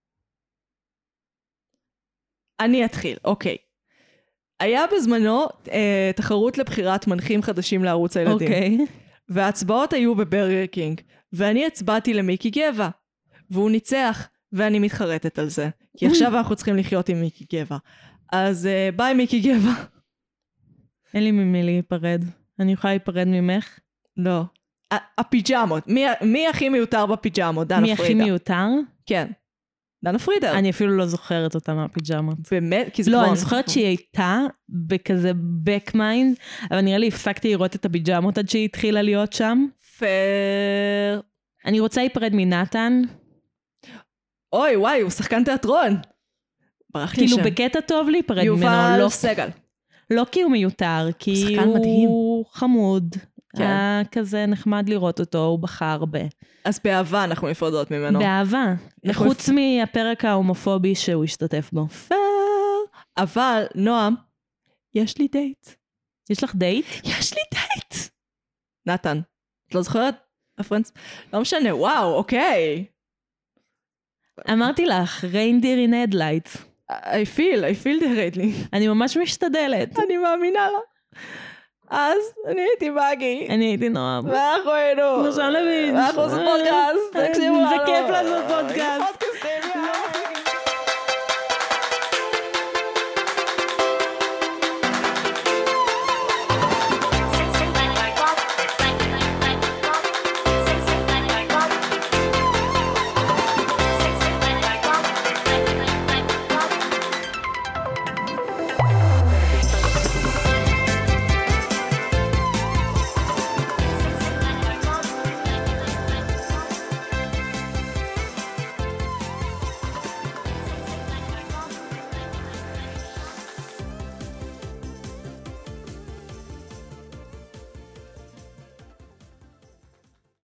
אני אתחיל, אוקיי. היה בזמנו תחרות לבחירת מנחים חדשים לערוץ הילדים. אוקיי. וההצבעות היו בברגר קינג, ואני הצבעתי למיקי גבע, והוא ניצח, ואני מתחרטת על זה, כי עכשיו אנחנו צריכים לחיות עם מיקי גבע. אז ביי מיקי גבע. אין לי ממי להיפרד. אני יכולה להיפרד ממך? לא. הפיג'מות. מי הכי מיותר בפיג'מות? דנה פרידה. מי הכי מיותר? כן. דנה פרידה. אני אפילו לא זוכרת אותה מהפיג'מות. באמת? כי זה לא, אני זוכרת שהיא הייתה בכזה back mind, אבל נראה לי הפסקתי לראות את הפיג'מות עד שהיא התחילה להיות שם. פייר. אני רוצה להיפרד מנתן. אוי, וואי, הוא שחקן תיאטרון. ברח לי שם. כאילו בקטע טוב להיפרד ממנו. יובל סגל. לא כי הוא מיותר, כי הוא חמוד. היה כזה נחמד לראות אותו, הוא בחר ב... אז באהבה אנחנו נפרדות ממנו. באהבה. חוץ מהפרק ההומופובי שהוא השתתף בו. פייר. אבל, נועם, יש לי דייט. יש לך דייט? יש לי דייט. נתן, את לא זוכרת? הפרנס? לא משנה, וואו, אוקיי. אמרתי לך, reindeer in headlights. I feel directly. אני ממש משתדלת. אני מאמינה לה. אז אני הייתי מגי. אני הייתי נועם. ואנחנו היינו. נושם לוין. ואנחנו עושים פודקאסט. זה כיף לעשות פודקאסט.